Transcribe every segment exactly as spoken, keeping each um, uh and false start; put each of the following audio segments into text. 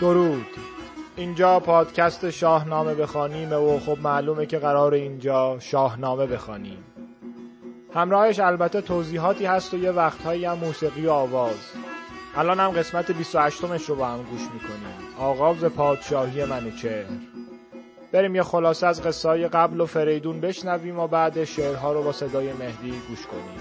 درود. اینجا پادکست شاهنامه بخوانیم و خب معلومه که قرار اینجا شاهنامه بخوانیم. همراهش البته توضیحاتی هست و یه وقتهایی هم موسیقی و آواز. الان هم قسمت بیست و هشتمش رو با هم گوش میکنیم. آغاز پادشاهی منوچهر. بریم یه خلاصه از قصه های قبل و فریدون بشنویم و بعد شعرها رو با صدای مهدی گوش کنیم.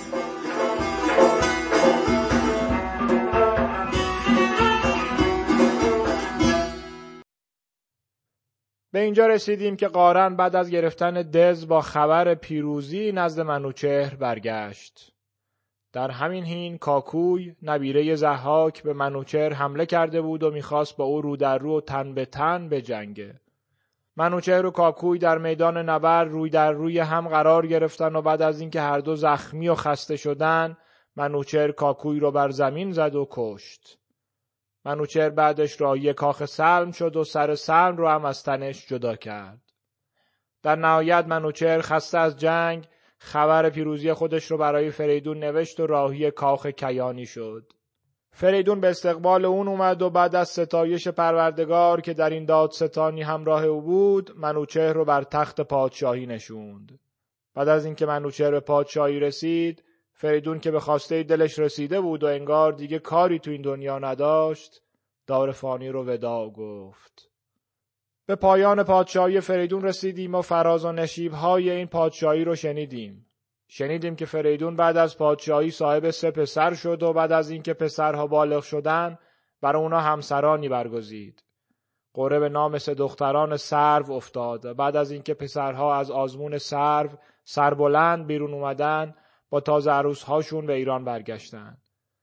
به اینجا رسیدیم که قارن بعد از گرفتن دز با خبر پیروزی نزد منوچهر برگشت. در همین حین کاکوی نبیره ضحاک به منوچهر حمله کرده بود و میخواست با او رو در رو و تن به تن بجنگه. منوچهر و کاکوی در میدان نبرد روی در روی هم قرار گرفتن و بعد از اینکه هر دو زخمی و خسته شدن، منوچهر کاکوی رو بر زمین زد و کشت. منوچهر بعدش راهی کاخ سلم شد و سر سلم رو هم از تنش جدا کرد. در نهایت منوچهر خسته از جنگ خبر پیروزی خودش رو برای فریدون نوشت و راهی کاخ کیانی شد. فریدون به استقبال اون اومد و بعد از ستایش پروردگار که در این دادستانی همراه او بود، منوچهر رو بر تخت پادشاهی نشوند. بعد از اینکه منوچهر به پادشاهی رسید، فریدون که به خواسته دلش رسیده بود و انگار دیگه کاری تو این دنیا نداشت، دار فانی رو وداع گفت. به پایان پادشاهی فریدون رسیدیم و فراز و نشیب‌های این پادشاهی رو شنیدیم. شنیدیم که فریدون بعد از پادشاهی صاحب سه پسر شد و بعد از اینکه پسرها بالغ شدن برای اونا همسرانی برگزید. قره به نام سه دختران سرو افتاد. بعد از اینکه پسرها از آزمون سرو سربلند بیرون اومدن، با تازه عروس‌هاشون به ایران برگشتن.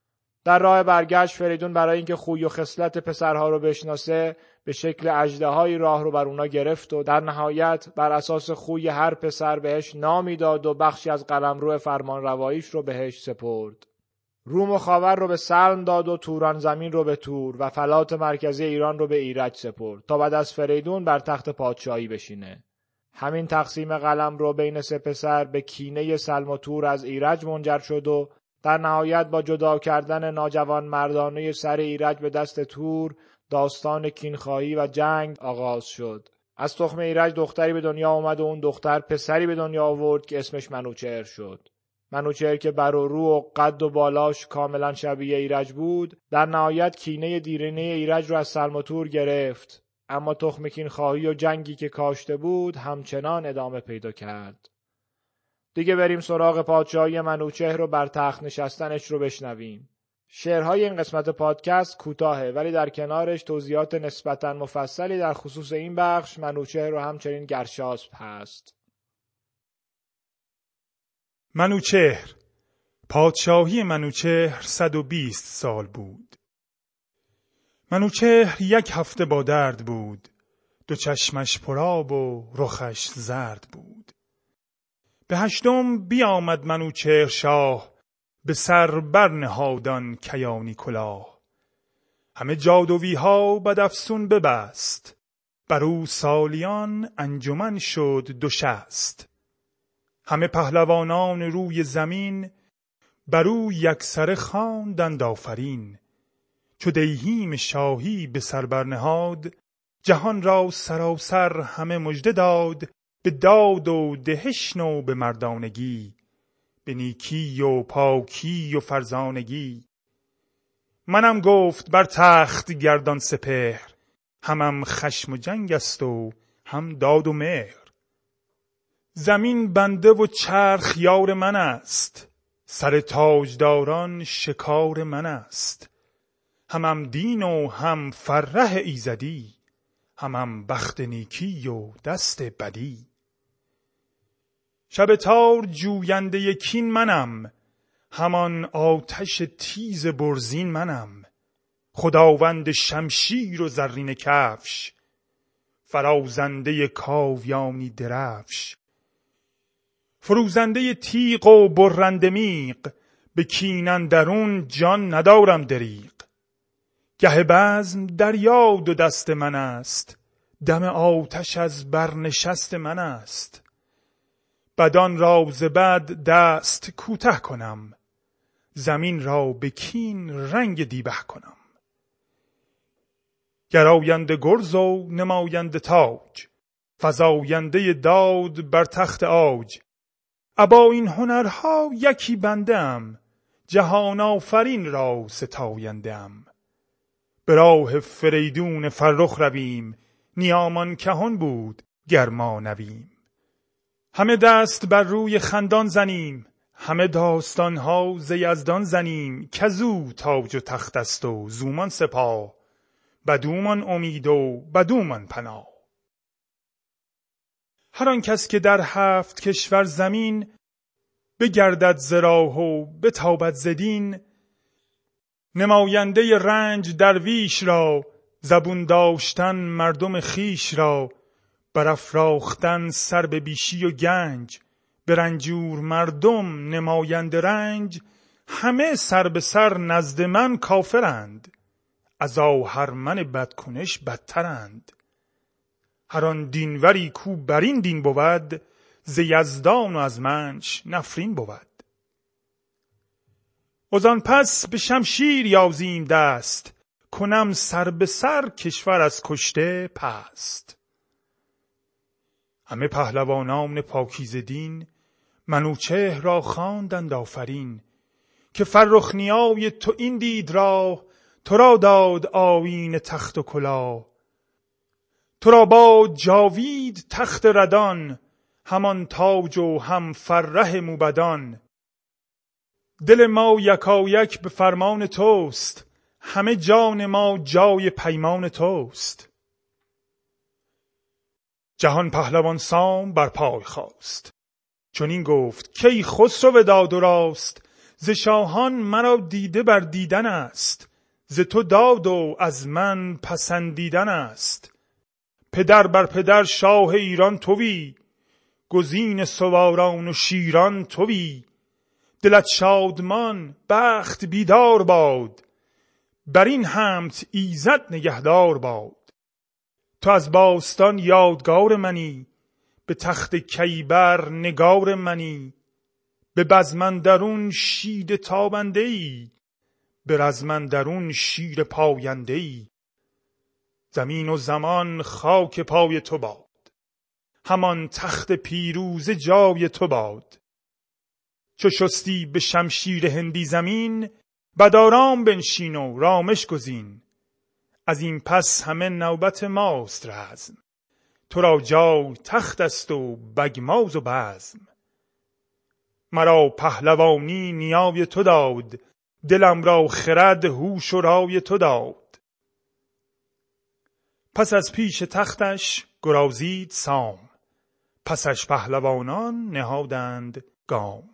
در راه برگشت فریدون برای اینکه خوی و خصلت پسرها رو بشناسه، به شکل اژدهایی راه رو بر اونا گرفت و در نهایت بر اساس خوی هر پسر بهش نامی داد و بخشی از قلمرو فرمان رواییش رو بهش سپرد. روم و خاور رو به سلم داد و توران زمین رو به تور و فلات مرکزی ایران رو به ایرج سپرد تا بعد از فریدون بر تخت پادشاهی بشینه. همین تقسیم قلمرو بین سه پسر به کینه سلم و تور از ایرج منجر شد و در نهایت با جدا کردن ناجوان مردانه سر ایرج به دست تور، داستان کینخواهی و جنگ آغاز شد. از تخم ایرج دختری به دنیا آمد و اون دختر پسری به دنیا آورد که اسمش منوچهر شد. منوچهر که بر و رو و قد و بالاش کاملا شبیه ایرج بود، در نهایت کینه دیرینه ایرج رو از سلم و تور گرفت، اما تخم کینخواهی و جنگی که کاشته بود همچنان ادامه پیدا کرد. دیگه بریم سراغ پادشاهی منوچهر رو بر تخت نشستنش رو بشنویم. شعرهای این قسمت پادکست کوتاهه ولی در کنارش توضیحات نسبتاً مفصلی در خصوص این بخش منوچهر رو همچنین گرشاسب هست. منوچهر. پادشاهی منوچهر صد و بیست سال بود. منوچهر یک هفته با درد بود، دو چشمش پرآب و رخش زرد بود. به هشتم بیامد منوچهر شاه، به سر برنهادان کیانی کلاه. همه جادویی ها بدافسون ببست، بر او سالیان انجمن شد دو شست. همه پهلوانان روی زمین، بر او یکسره خواندند آفرین. چو دیهیم شاهی به سر برنهاد، جهان را سراسر همه مژده داد. به داد و دهشن و به مردانگی، به نیکی و پاکی و فرزانگی. منم گفت بر تخت گردان سپهر، همم خشم و جنگ است و هم داد و مهر. زمین بنده و چرخ یار من است، سر تاجداران شکار من است. همم دین و هم فرح ایزدی، همم بخت نیکی و دست بدی. شب تار جوینده کین منم، همان آتش تیز برزین منم. خداوند شمشیر و زرین کفش، فرازنده کاویانی درفش. فروزنده تیغ و برنده میغ، به کین اندرون جان ندارم دریغ. گه بزم دریا دو دست من است، دم آتش از برنشست من است. بدان را ز بد دست کوته کنم، زمین را به کین رنگ دیبه کنم. گراینده گرز و نماینده تاج، فزاینده داد بر تخت عاج. ابا این هنرها یکی بنده ام، جهان آفرین را ستاینده ام. به راه فریدون فرخ رویم، نیامان کهان بود گر ما نویم. همه دست بر روی خندان زنیم، همه داستانها ز یزدان زنیم. کزو تاج و تخت است و زومان سپاه، بدومان امید و بدومان پناه. هر آن کس که در هفت کشور زمین، بگردد ز راه و بتابد ز دین. نماینده رنج درویش را، زبون داشتن مردم خیش را. برافراختن سر به بیشی و گنج، به رنجور مردم نماینده رنج. همه سر به سر نزد من کافرند، از آهرمن بدکنش بدترند. هر آن دینوری کو بر این دین بود، ز یزدان و از منش نفرین بود. وزان پس به شمشیر یازیم دست، کنم سر به سر کشور از کشته پست. همه پهلوانان پاکیزه دین، منوچهر را خواندند آفرین. که فرخ نیای تو این دید راه، تو را داد آیین تخت و کلاه. تو را باد جاوید تخت ردان، همان تاج و هم فرح موبدان. دل ما یکایک به فرمان توست، همه جان ما جای پیمان توست. جهان پهلوان سام بر پای خاست، چون این گفت کی خسرو داد و راست. ز شاهان مرا دیده بر دیدن است، ز تو داد و از من پسندیدن است. پدر بر پدر شاه ایران تویی، گزین سواران و شیران تویی. دلت شادمان بخت بیدار باد، بر این همت ایزد نگهدار باد. تو از باستان یادگار منی، به تخت کیبر نگار منی. به بزم اندرون شید تابنده ای، به رزم اندرون شیر پاینده ای. زمین و زمان خاک پای تو باد، همان تخت پیروزه جای تو باد. چو شستی به شمشیر هندی زمین، بدارام بنشین و رامش گزین. از این پس همه نوبت ماست رزم، تو را جای تخت است و بگماز و بزم. مرا پهلوانی نیای تو داد، دلم را خرد هوش و رای تو داد. پس از پیش تختش گرازید سام، پسش پهلوانان نهادند گام.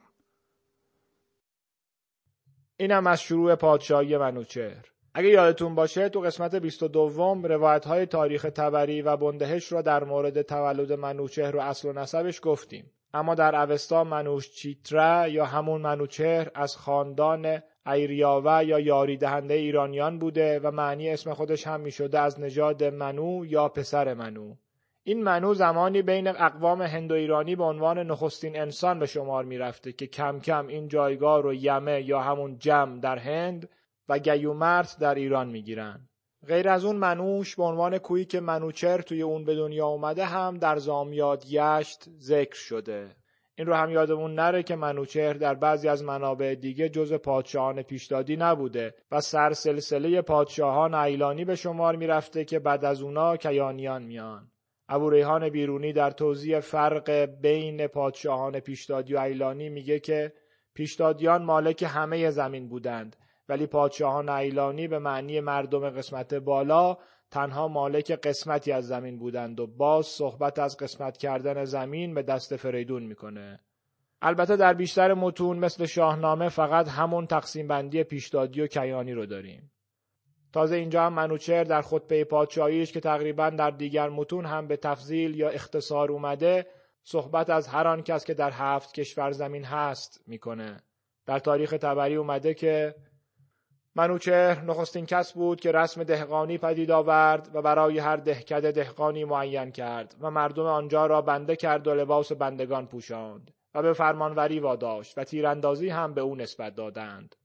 اینم از شروع پادشاهی منوچهر. اگه یادتون باشه تو قسمت بیست و دو روایت‌های تاریخ تبری و بندهش را در مورد تولد منوچهر و اصل و نسبش گفتیم. اما در اوستا منوچیتره یا همون منوچهر از خاندان ایریاوه یا یاری دهنده ایرانیان بوده و معنی اسم خودش هم می شده از نژاد منو یا پسر منو. این منو زمانی بین اقوام هند و ایرانی به عنوان نخستین انسان به شمار می رفته که کم کم این جایگاه رو یمه یا همون جم در هند و گیومرت در ایران می گیرن. غیر از اون منوش به عنوان کویی که منوچهر توی اون به دنیا اومده هم در زامیاد یشت ذکر شده. این رو هم یادمون نره که منوچهر در بعضی از منابع دیگه جز پادشاهان پیشدادی نبوده و سرسلسله پادشاهان ایلانی به شمار می رفته که بعد از اونا کیانیان میان. ابوریحان بیرونی در توضیح فرق بین پادشاهان پیشدادی و ایلانی میگه که پیشدادیان مالک همه زمین بودند، ولی پادشاهان ایلانی به معنی مردم قسمت بالا تنها مالک قسمتی از زمین بودند و باز صحبت از قسمت کردن زمین به دست فریدون میکنه. البته در بیشتر متون مثل شاهنامه فقط همون تقسیم بندی پیشدادی و کیانی رو داریم. تازه اینجا هم منوچهر در خطبه پادشاهیش که تقریبا در دیگر متون هم به تفضیل یا اختصار اومده، صحبت از هر آن کس که در هفت کشور زمین هست میکنه. در تاریخ تبری اومده که منوچهر نخستین کس بود که رسم دهقانی پدید آورد و برای هر دهکده دهقانی معین کرد و مردم آنجا را بنده کرد و لباس بندگان پوشاند و به فرمانوری واداشت و تیراندازی هم به او نسبت دادند.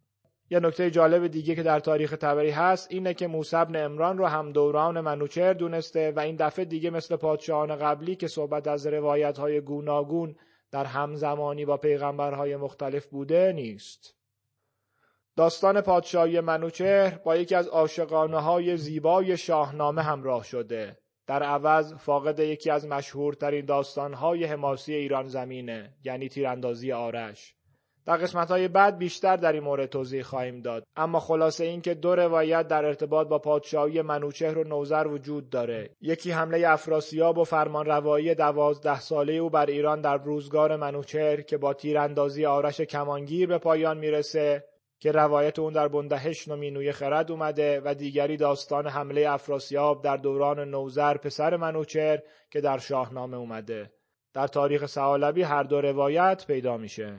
یه نکته جالب دیگه که در تاریخ طبری هست اینه که موسی بن عمران رو هم دوران منوچهر دونسته و این دفعه دیگه مثل پادشاهان قبلی که صحبت از روایت‌های گوناگون در همزمانی با پیغمبرهای مختلف بوده نیست. داستان پادشاهی منوچهر با یکی از عاشقانه‌های زیبای شاهنامه همراه شده. در عوض فاقد یکی از مشهورترین داستان‌های حماسی ایران زمینه، یعنی تیراندازی آرش. در قسمت‌های بعد بیشتر در این مورد توضیح خواهیم داد، اما خلاصه این که دو روایت در ارتباط با پادشاهی منوچهر و نوذر وجود داره. یکی حمله افراسیاب و فرمانروایی دوازده ساله او بر ایران در روزگار منوچهر که با تیراندازی آرش کمانگیر به پایان میرسه که روایت اون در بندهشن و مینوی خرد اومده، و دیگری داستان حمله افراسیاب در دوران نوذر پسر منوچهر که در شاهنامه اومده. در تاریخ ثعالبی هر دو روایت پیدا میشه.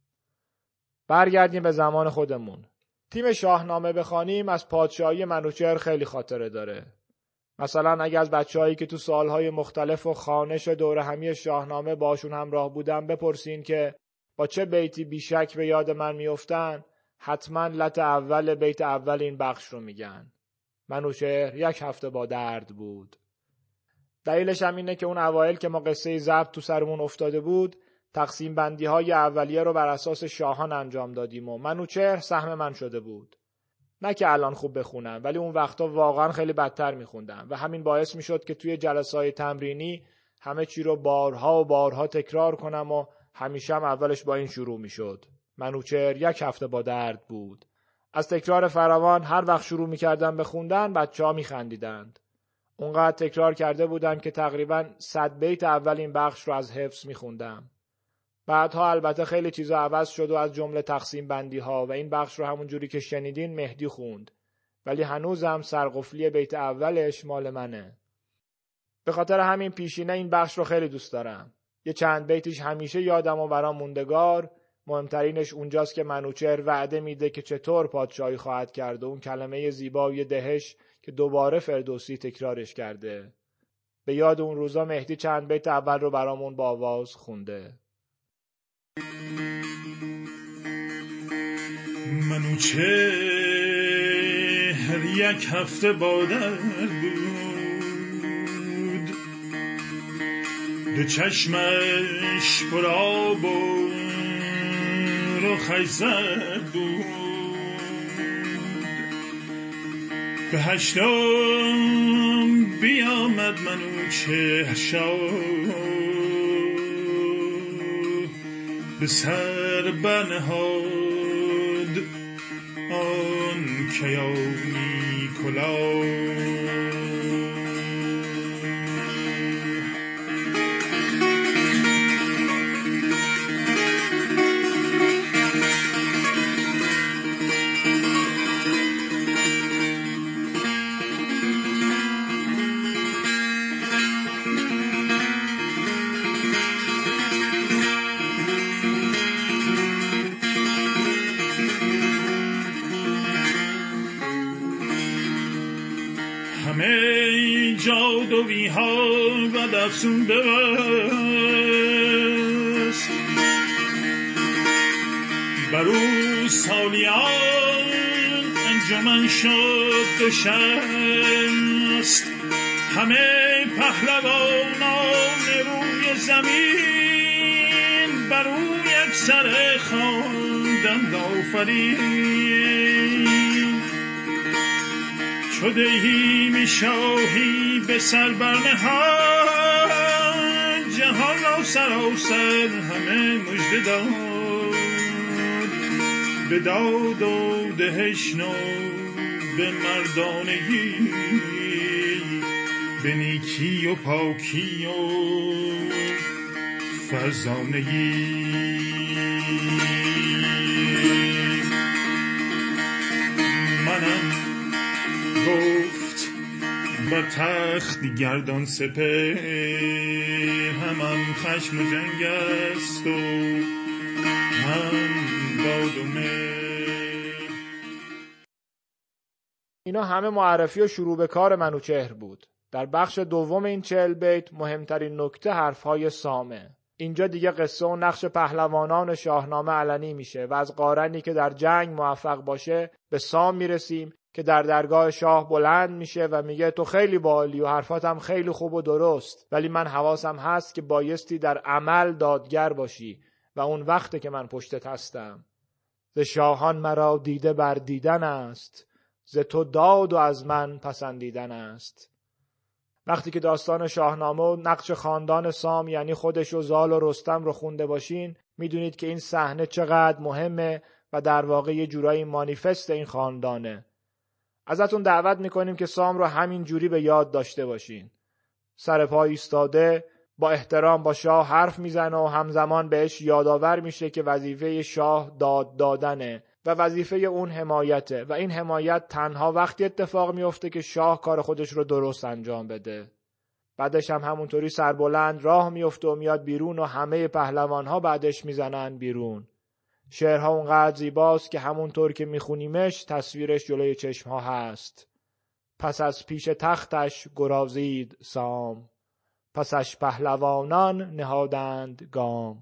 برگردیم به زمان خودمون. تیم شاهنامه بخوانیم از پادشاهی منوچهر خیلی خاطره داره. مثلا اگه از بچه‌هایی که تو سالهای مختلف و خوانش دوره همی شاهنامه باشون همراه بودن بپرسین که با چه بیتی بیشک به یاد من میافتن، حتما لت اول بیت اول این بخش رو میگن. منوچهر یک هفته با درد بود. دلیلش هم اینه که اون اوایل که ما قصه ضبط تو سرمون افتاده بود، تقسیم بندی های اولیه رو بر اساس شاهان انجام دادیم و منوچهر سهم من شده بود. نه که الان خوب بخونم، ولی اون وقتا واقعا خیلی بدتر میخوندم و همین باعث میشد که توی جلسه‌های تمرینی همه چی رو بارها و بارها تکرار کنم و همیشه هم اولش با این شروع میشد: منوچهر یک هفته با درد بود. از تکرار فراوان هر وقت شروع میکردم به خوندن بچه‌ها میخندیدند. اونقدر تکرار کرده بودم که تقریباً صد بیت اول این بخش رو از حفظ میخوندم. بعدها البته خیلی چیزا عوض شد و از جمله تقسیم بندی ها و این بخش رو همون جوری که شنیدین مهدی خوند، ولی هنوزم سرقفلی بیت اولش مال منه. به خاطر همین پیشینه این بخش رو خیلی دوست دارم. یه چند بیتش همیشه یادم و برام موندگار. مهمترینش اونجاست که منوچهر وعده میده که چطور پادشاهی خواهد کرد و اون کلمه زیبای دهش که دوباره فردوسی تکرارش کرده. به یاد اون روزا مهدی چند بیت اول رو برامون با آواز خونده. منوچهر یک هفته با درد بود، دو چشمش پر آب و رخش زرد بود. به هشتم بیامد منوچهر شاه، به سر برنهاد آن کیانی کلاه. همه جادوی ها و افسون ببست، برو سالیان انجمن شد دو شست. همه پهلوانان روی زمین برو یک سر خواندند آفرین. چو دیهیم شاهی به سر برنهاد، جهان را سراسر همه مژده داد. به داد و دهشت و به مردانگی، به نیکی و پاکی و فرزانگی. منم گفت بر تخت گردان سپهر، همم خشم و جنگ است و هم داد و مهر. اینا همه معرفی و شروع به کار منوچهر بود. در بخش دوم این چهل بیت مهمترین نکته حرفهای سامه. اینجا دیگه قصه و نقش پهلوانان شاهنامه علنی میشه و از قارنی که در جنگ موفق باشه به سام میرسیم که در درگاه شاه بلند میشه و میگه تو خیلی باحالی و حرفاتم خیلی خوب و درست، ولی من حواسم هست که بایستی در عمل دادگر باشی و اون وقته که من پشتت هستم. ز شاهان مرا دیده بر دیدن است، ز تو داد و از من پسندیدن است. وقتی که داستان شاهنامه و نقش خاندان سام یعنی خودش و زال و رستم رو خونده باشین، میدونید که این صحنه چقدر مهمه و در واقع یه جورایی مانیفست این خاندانه. ازتون دعوت میکنیم که سام رو همین جوری به یاد داشته باشین. سر پا ایستاده با احترام با شاه حرف میزنه و همزمان بهش یادآور میشه که وظیفه شاه داد دادنه و وظیفه اون حمایته و این حمایت تنها وقتی اتفاق میفته که شاه کار خودش رو درست انجام بده. بعدش هم همونطوری سربلند راه میفته و میاد بیرون و همه پهلوانها بعدش میزنن بیرون. شعرها اونقدر زیباست که همونطور که میخونیمش تصویرش جلوی چشمها هست. پس از پیش تختش گرازید سام، پسش پهلوانان نهادند گام.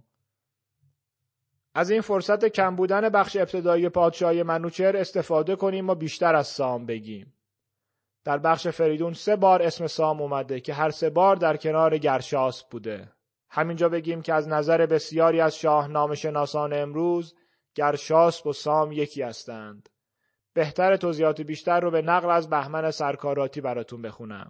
از این فرصت کم بودن بخش ابتدایی پادشاهی منوچهر استفاده کنیم و بیشتر از سام بگیم. در بخش فریدون سه بار اسم سام اومده که هر سه بار در کنار گرشاسپ بوده. همینجا بگیم که از نظر بسیاری از شاهنامه شناسان امروز گرشاسپ و سام یکی هستند. بهتر توضیحات بیشتر رو به نقل از بهمن سرکاراتی براتون بخونم.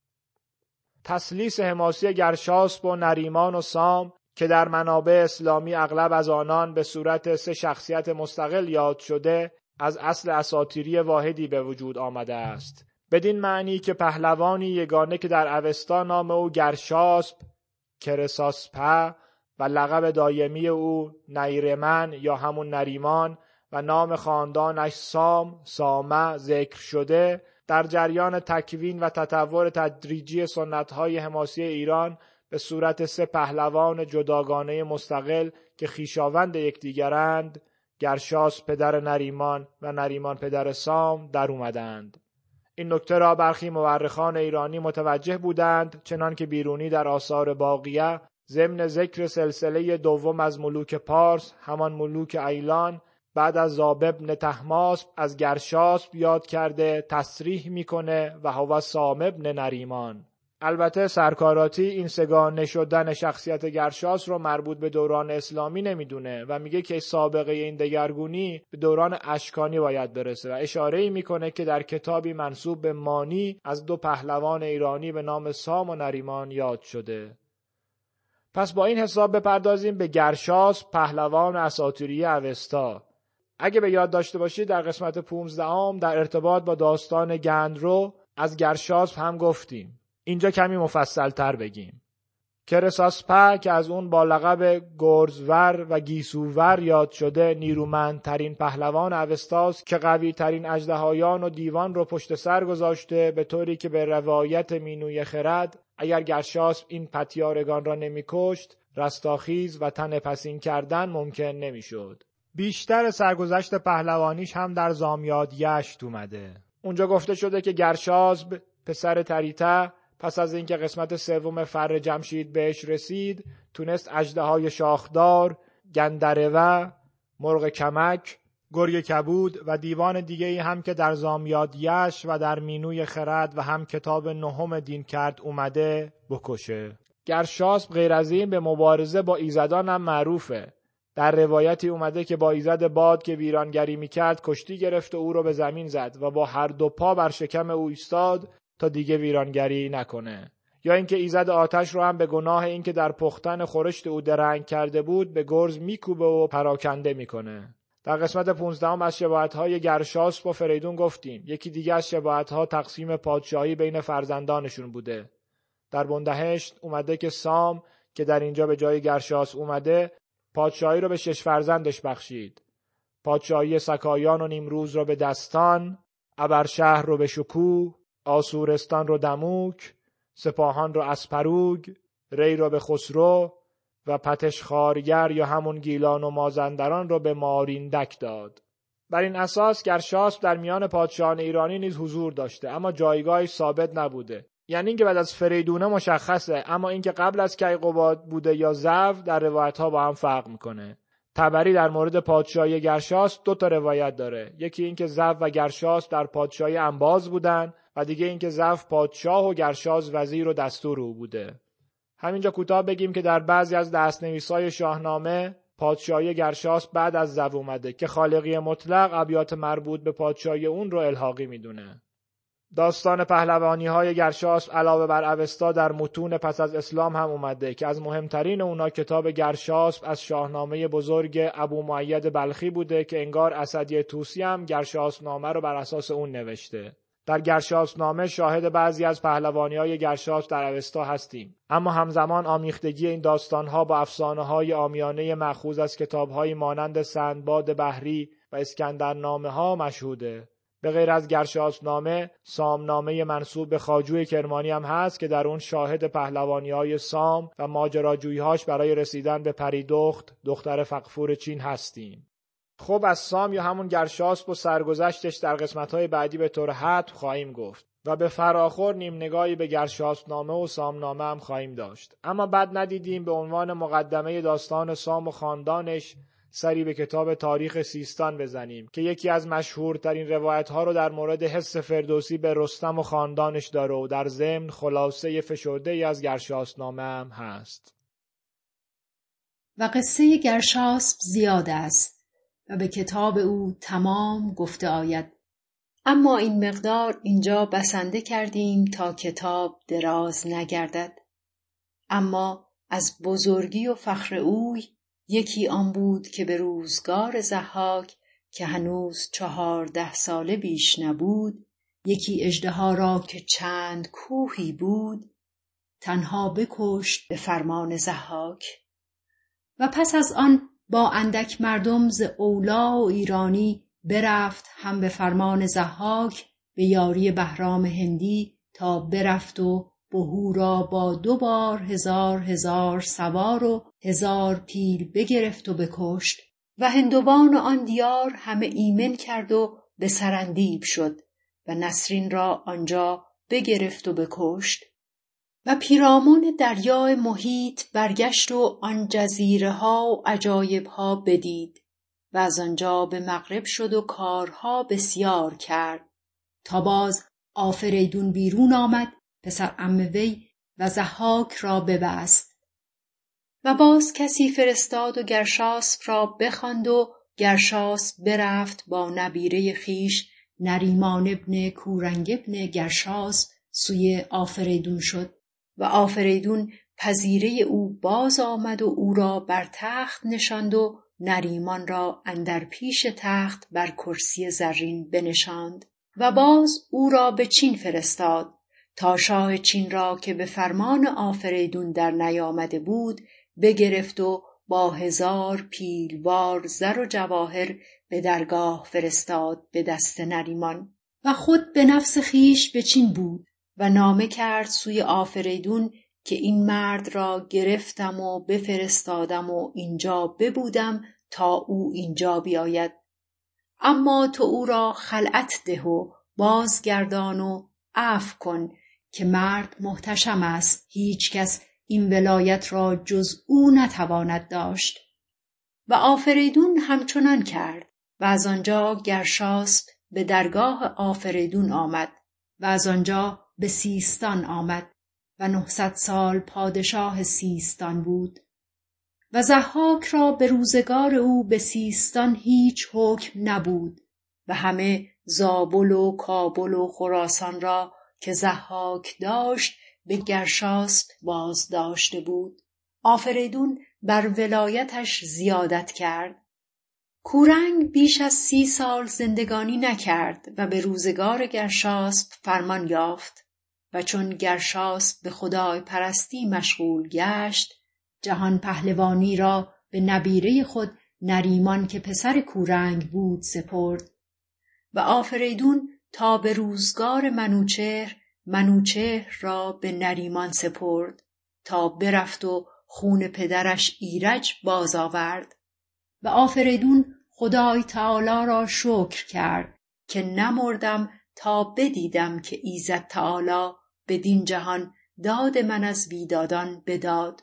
تسلیس حماسی گرشاسپ و نریمان و سام که در منابع اسلامی اغلب از آنان به صورت سه شخصیت مستقل یاد شده، از اصل اساطیری واحدی به وجود آمده است. بدین معنی که پهلوانی یگانه که در اوستا نام او گرشاسپ کرساسپه و لقب دایمی او نیرمن یا همون نریمان و نام خاندانش سام سامه ذکر شده، در جریان تکوین و تطور تدریجی سنت‌های حماسی ایران به صورت سه پهلوان جداگانه مستقل که خویشاوند یکدیگرند، گرشاسپ پدر نریمان و نریمان پدر سام، در اومدند. این نکته را برخی مورخان ایرانی متوجه بودند، چنان که بیرونی در آثار باقیه ضمن ذکر سلسله دوم از ملوک پارس، همان ملوک ایلان، بعد از ذاب ابن طهماسپ از گرشاسپ یاد کرده تصریح میکنه و هو سام ابن نریمان. البته سرکاراتی این سگانه شدن شخصیت گرشاسپ رو مربوط به دوران اسلامی نمیدونه و میگه که سابقه این دگرگونی به دوران اشکانی باید برسه و اشاره‌ای میکنه که در کتابی منسوب به مانی از دو پهلوان ایرانی به نام سام و نریمان یاد شده. پس با این حساب بپردازیم به گرشاسپ پهلوان اساطیری اوستا. اگه به یاد داشته باشید در قسمت پانزدهم در ارتباط با داستان گندرو از گرشاسپ هم گفتیم. اینجا کمی مفصل تر بگیم. کرساسپه که از اون با لقب گرزور و گیسوور یاد شده نیرومندترین پهلوان اوستاست که قوی ترین اژدهایان و دیوان رو پشت سر گذاشته، به طوری که به روایت مینوی خرد اگر گرشاسپ این پتیارگان را نمی‌کشت رستاخیز و تن پسین کردن ممکن نمی‌شد. بیشتر سرگذشت پهلوانیش هم در زامیاد یشت اومده. اونجا گفته شده که گرشاسپ پسر تریته پس از اینکه قسمت سوم فر جمشید بهش رسید، تونست اژدهای شاخدار، گندروه، مرغ کمک، گرگ کبود و دیوان دیگه‌ای هم که در زامیاد یشت و در مینوی خرد و هم کتاب نهم دین کرد اومده بکشه. گرشاسپ غیر از این به مبارزه با ایزدان هم معروفه. در روایتی اومده که با ایزد باد که ویرانگری میکرد کشتی گرفت و او رو به زمین زد و با هر دو پا بر شکم او ایستاد تا دیگه ویرانگری نکنه. یا اینکه ایزد آتش رو هم به گناه اینکه در پختن خورشت او درنگ کرده بود به گرز میکوبه و پراکنده میکنه. در قسمت پانزدهم از شباهت‌های گرشاسپ و فریدون گفتیم. یکی دیگه از شباهت‌ها تقسیم پادشاهی بین فرزندانشون بوده. در بندهشت اومده که سام که در اینجا به جای گرشاسپ اومده پادشاهی رو به شش فرزندش بخشید. پادشاهی سکایان و نیمروز رو به دستان، ابرشهر رو به شکوه، آسورستان رو دموک، سپاهان رو اسپروگ، ری رو به خسرو و پتشخارگر یا همون گیلان و مازندران رو به ماریندک داد. بر این اساس گرشاسپ در میان پادشاهان ایرانی نیز حضور داشته، اما جایگاهی ثابت نبوده. یعنی اینکه بعد از فریدونه مشخصه، اما اینکه قبل از کیقباد بوده یا زو در روایت ها با هم فرق میکنه. طبری در مورد پادشاهی گرشاسپ دو تا روایت داره. یکی اینکه زو و گرشاسپ در پادشاهی انباز بودن و دیگه اینکه زو پادشاه و گرشاسپ وزیر و دستور او بوده. همینجا کوتاه بگیم که در بعضی از دستنویس‌های شاهنامه پادشاهی گرشاسپ بعد از زو اومده که خالقی مطلق ابیات مربوط به پادشاهی اون رو الحاقی میدونه. داستان پهلوانی‌های گرشاسپ علاوه بر اوستا در متون پس از اسلام هم اومده که از مهمترین اونا کتاب گرشاسپ از شاهنامه بزرگ ابو معید بلخی بوده که انگار اسدی طوسی هم گرشاسپ نامه رو بر اساس اون نوشته. در گرشاسپ نامه شاهد بعضی از پهلوانی‌های گرشاسپ در اوستا هستیم، اما همزمان آمیختگی این داستان‌ها با افسانه‌های عامیانه مأخوذ از کتاب‌هایی مانند سندباد بحری و اسکندرنامه‌ها مشهوده. به غیر از گرشاسپ نامه، سامنامه منسوب به خواجوی کرمانی هم هست که در اون شاهد پهلوانی‌های سام و ماجراجویی‌هاش برای رسیدن به پریدخت دختر فغفور چین هستیم. خب از سام یا همون گرشاسپ و سرگذشتش در قسمت‌های بعدی به طور حتم خواهیم گفت و به فراخور نیم نگاهی به گرشاسپ نامه و سام نامه هم خواهیم داشت. اما بعد ندیدیم به عنوان مقدمه داستان سام و خاندانش سری به کتاب تاریخ سیستان بزنیم که یکی از مشهورترین روایت‌ها رو در مورد حس فردوسی به رستم و خاندانش داره و در ضمن خلاصه فشرده‌ای از گرشاسپ نامه هم هست. و قصه گرشاسپ زیاد است و به کتاب او تمام گفته آید، اما این مقدار اینجا بسنده کردیم تا کتاب دراز نگردد. اما از بزرگی و فخر اوی یکی آن بود که به روزگار ضحاک که هنوز چهارده ساله بیش نبود، یکی اژدها را که چند کوهی بود تنها بکشت به فرمان ضحاک. و پس از آن با اندک مردم ز اولا و ایرانی برفت هم به فرمان ضحاک به یاری بهرام هندی تا برفت و بهو را با دو بار هزار هزار سوار و هزار پیل بگرفت و بکشت و هندوان آن دیار همه ایمن کرد و به سرندیب شد و نسرین را آنجا بگرفت و بکشت و پیرامون دریای محیط برگشت و آن جزیره ها و عجایب ها بدید و از آنجا به مغرب شد و کارها بسیار کرد تا باز آفریدون بیرون آمد پسر عم وی و ضحاک را ببست و باز کسی فرستاد و گرشاسپ را بخواند و گرشاسپ برفت با نبیره خیش نریمان ابن کورنگ ابن گرشاسپ سوی آفریدون شد و آفریدون پذیره او باز آمد و او را بر تخت نشاند و نریمان را اندر پیش تخت بر کرسی زرین بنشاند و باز او را به چین فرستاد تا شاه چین را که به فرمان آفریدون در نیامده بود بگرفت و با هزار پیلوار زر و جواهر به درگاه فرستاد به دست نریمان و خود به نفس خیش به چین بود و نامه کرد سوی آفریدون که این مرد را گرفتم و بفرستادم و اینجا ببودم تا او اینجا بیاید، اما تو او را خلعت ده و بازگردان و عفو کن که مرد محتشم است، هیچ کس این ولایت را جز او نتواند داشت. و آفریدون همچنان کرد و از آنجا گرشاسپ به درگاه آفریدون آمد و از آنجا به سیستان آمد و نهصد سال پادشاه سیستان بود و ضحاک را به روزگار او به سیستان هیچ حکم نبود و همه زابل و کابل و خراسان را که ضحاک داشت به گرشاسپ باز داشته بود. آفریدون بر ولایتش زیادت کرد. کورنگ بیش از سی سال زندگانی نکرد و به روزگار گرشاسپ فرمان یافت و چون گرشاسپ به خدای پرستی مشغول گشت جهان پهلوانی را به نبیره خود نریمان که پسر کورنگ بود سپرد و آفریدون تا به روزگار منوچهر منوچهر را به نریمان سپرد تا برفت و خون پدرش ایرج باز آورد و آفریدون خدای تعالی را شکر کرد که نمردم تا بدیدم که ایزد تعالی بدین جهان داد من از بیدادان بداد.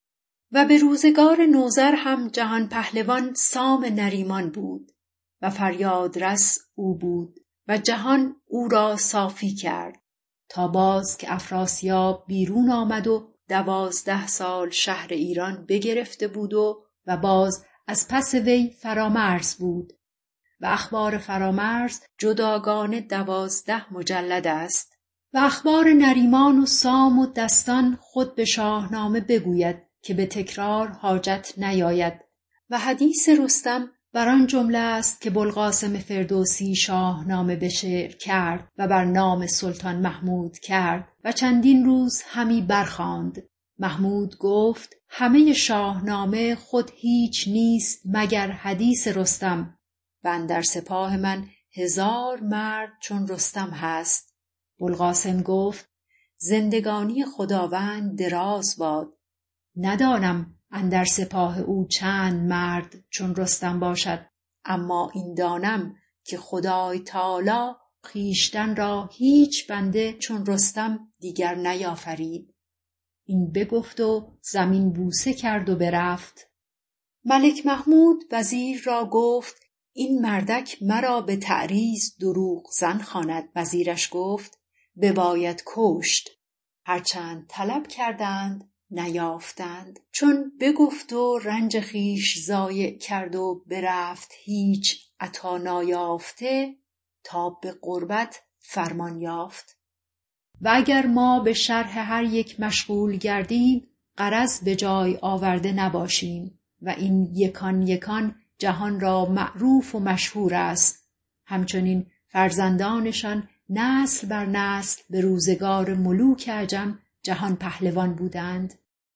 و به روزگار نوذر هم جهان پهلوان سام نریمان بود و فریادرس او بود و جهان او را صافی کرد تا باز که افراسیاب بیرون آمد و دوازده سال شهر ایران بگرفته بود و و باز از پس وی فرامرز بود و اخبار فرامرز جداگانه دوازده مجلد است و اخبار نریمان و سام و دستان خود به شاهنامه بگوید که به تکرار حاجت نیاید. و حدیث رستم بر آن جمله است که بوالقاسم فردوسی شاهنامه به شعر کرد و بر نام سلطان محمود کرد و چندین روز همی برخواند. محمود گفت همه شاهنامه خود هیچ نیست مگر حدیث رستم و اندر سپاه من هزار مرد چون رستم هست. بوالقاسم گفت زندگانی خداوند دراز باد. ندانم اندر سپاه او چند مرد چون رستم باشد، اما این دانم که خدای تعالی خویشتن را هیچ بنده چون رستم دیگر نیافرید. این بگفت و زمین بوسه کرد و برفت. ملک محمود وزیر را گفت این مردک مرا به تعریض دروغ زن خواند. وزیرش گفت بباید کشت. هرچند طلب کردند نیافتند. چون بگفت و رنج خویش ضایع کرد و برفت هیچ عطا نایافته، تا به غربت فرمان یافت. و اگر ما به شرح هر یک مشغول گردیم غرض به جای آورده نباشیم و این یکان یکان جهان را معروف و مشهور است. همچنین فرزندانشان نسل بر نسل به روزگار ملوک عجم جهان پهلوان بودند.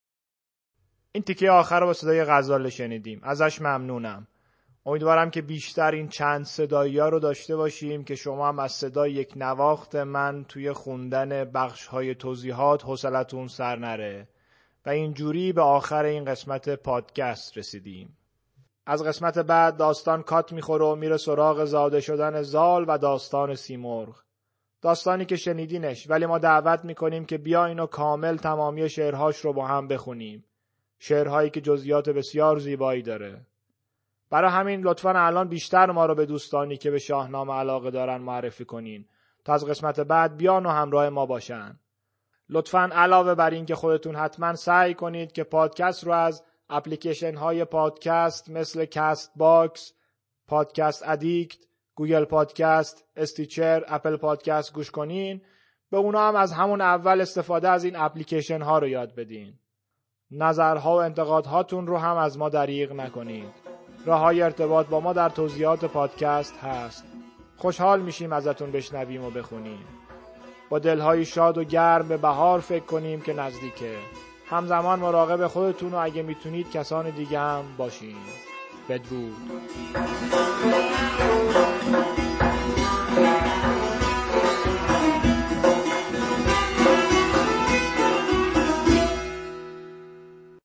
این تیکه آخر رو با صدای غزاله شنیدیم. ازش ممنونم. امیدوارم که بیشتر این چند صدایی ها رو داشته باشیم که شما هم از صدای یک نواخت من توی خوندن بخش های توضیحات حوصلتون سر نره و اینجوری به آخر این قسمت پادکست رسیدیم. از قسمت بعد داستان کات میخوره و میره سراغ زاده شدن زال و داستان سیمرغ. داستانی که شنیدینش، ولی ما دعوت میکنیم که بیاین و کامل تمامی شعرهاش رو با هم بخونیم. شعرهایی که جزئیات بسیار زیبایی داره. برای همین لطفاً الان بیشتر ما رو به دوستانی که به شاهنامه علاقه دارن معرفی کنین تا از قسمت بعد بیان و همراه ما باشن. لطفاً علاوه بر این که خودتون حتما سعی کنید که پادکست رو از اپلیکیشن های پادکست مثل کست باکس، پادکست ادیکت، گوگل پادکست، استیچر، اپل پادکست گوش کنین، به اونا هم از همون اول استفاده از این اپلیکیشن ها رو یاد بدین. نظرها و انتقادهاتون رو هم از ما دریغ نکنید. راه‌های ارتباط با ما در توضیحات پادکست هست. خوشحال میشیم ازتون بشنویم و بخونیم. با دلهای شاد و گرم به بهار فکر کنیم که نزدیکه. همزمان مراقب خودتون و اگه میتونید کسان دیگه هم باشین. بدرود.